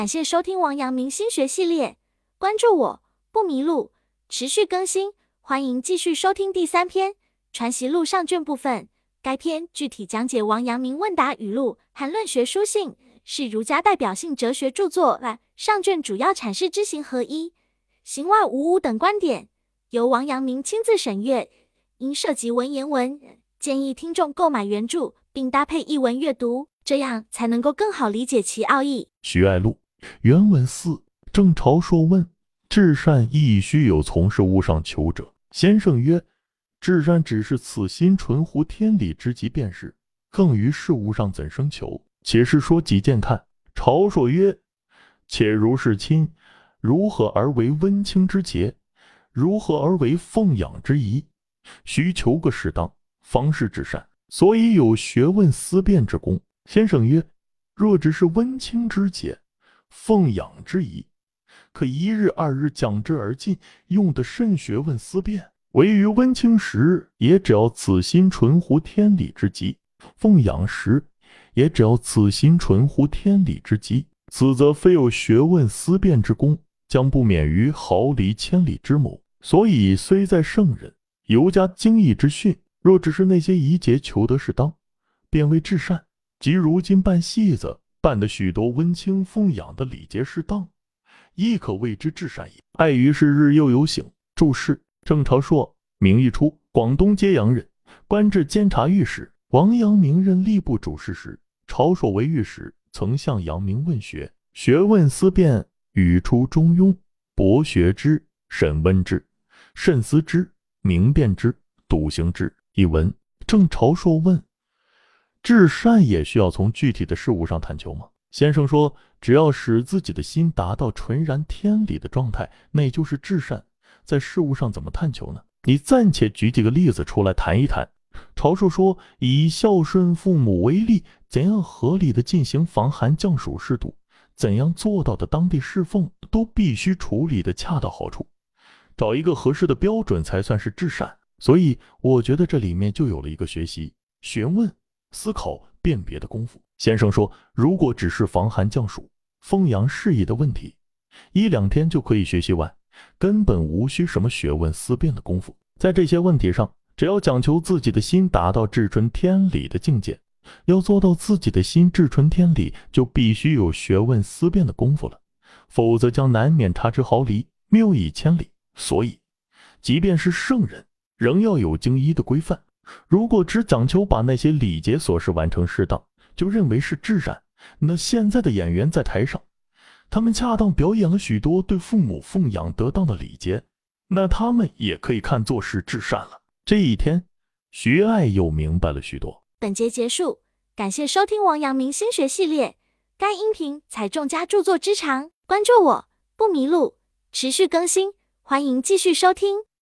感谢收听王阳明心学系列，关注我，不迷路，持续更新，欢迎继续收听第3篇《传习录》上卷部分。该篇具体讲解王阳明问答语录和论学书信，是儒家代表性哲学著作。上卷主要阐释知行合一、行外无误等观点，由王阳明亲自审阅，因涉及文言文，建议听众购买原著，并搭配译文阅读，这样才能够更好理解其奥义。 徐爱录原文4：正朝说问：至善亦须有从事物上求者。先生曰：至善只是此心纯乎天理之极便是，更于事物上怎生求？且是说己见看。朝说曰：且如是亲，如何而为温清之节？如何而为奉养之仪？须求个适当，方是至善。所以有学问思辨之功。先生曰：若只是温清之节，奉养之仪，可1日2日讲之而尽，用得甚学问思辨。唯于温清时，也只要此心纯乎天理之极；奉养时，也只要此心纯乎天理之极。此则非有学问思辨之功，将不免于毫厘千里之谋。所以虽在圣人，犹加精义之训。若只是那些仪节求得适当，便为至善。即如今办戏子，办得许多温清奉养的礼节适当，亦可谓之至善也。碍于是日又有省。注释：郑朝硕，名义初，广东揭阳人，官至监察御史。王阳明任吏部主事时，朝硕为御史，曾向阳明问学，学问思辨，语出中庸，博学之，审问之，慎思之，明辨之，笃行之。译文：郑朝硕问：至善也需要从具体的事物上探求吗？先生说，只要使自己的心达到纯然天理的状态，那就是至善。在事物上怎么探求呢？你暂且举几个例子出来谈一谈。朝硕说，以孝顺父母为例，怎样合理的进行防寒降暑适度，怎样做到的当地侍奉，都必须处理的恰到好处，找一个合适的标准才算是至善。所以我觉得这里面就有了一个学习、询问、思考、辨别的功夫。先生说，如果只是防寒降暑、奉养事宜的问题，1、2天就可以学习完，根本无需什么学问思辨的功夫。在这些问题上，只要讲求自己的心达到至纯天理的境界，要做到自己的心至纯天理，就必须有学问思辨的功夫了，否则将难免差之毫厘，谬以千里。所以即便是圣人，仍要有经医的规范。如果只讲求把那些礼节琐事完成适当，就认为是至善，那现在的演员在台上，他们恰当表演了许多对父母奉养得当的礼节，那他们也可以看作是至善了。这一天，徐爱又明白了许多。 本节结束，感谢收听王阳明心学系列。该音频采众家著作之长，关注我，不迷路，持续更新，欢迎继续收听。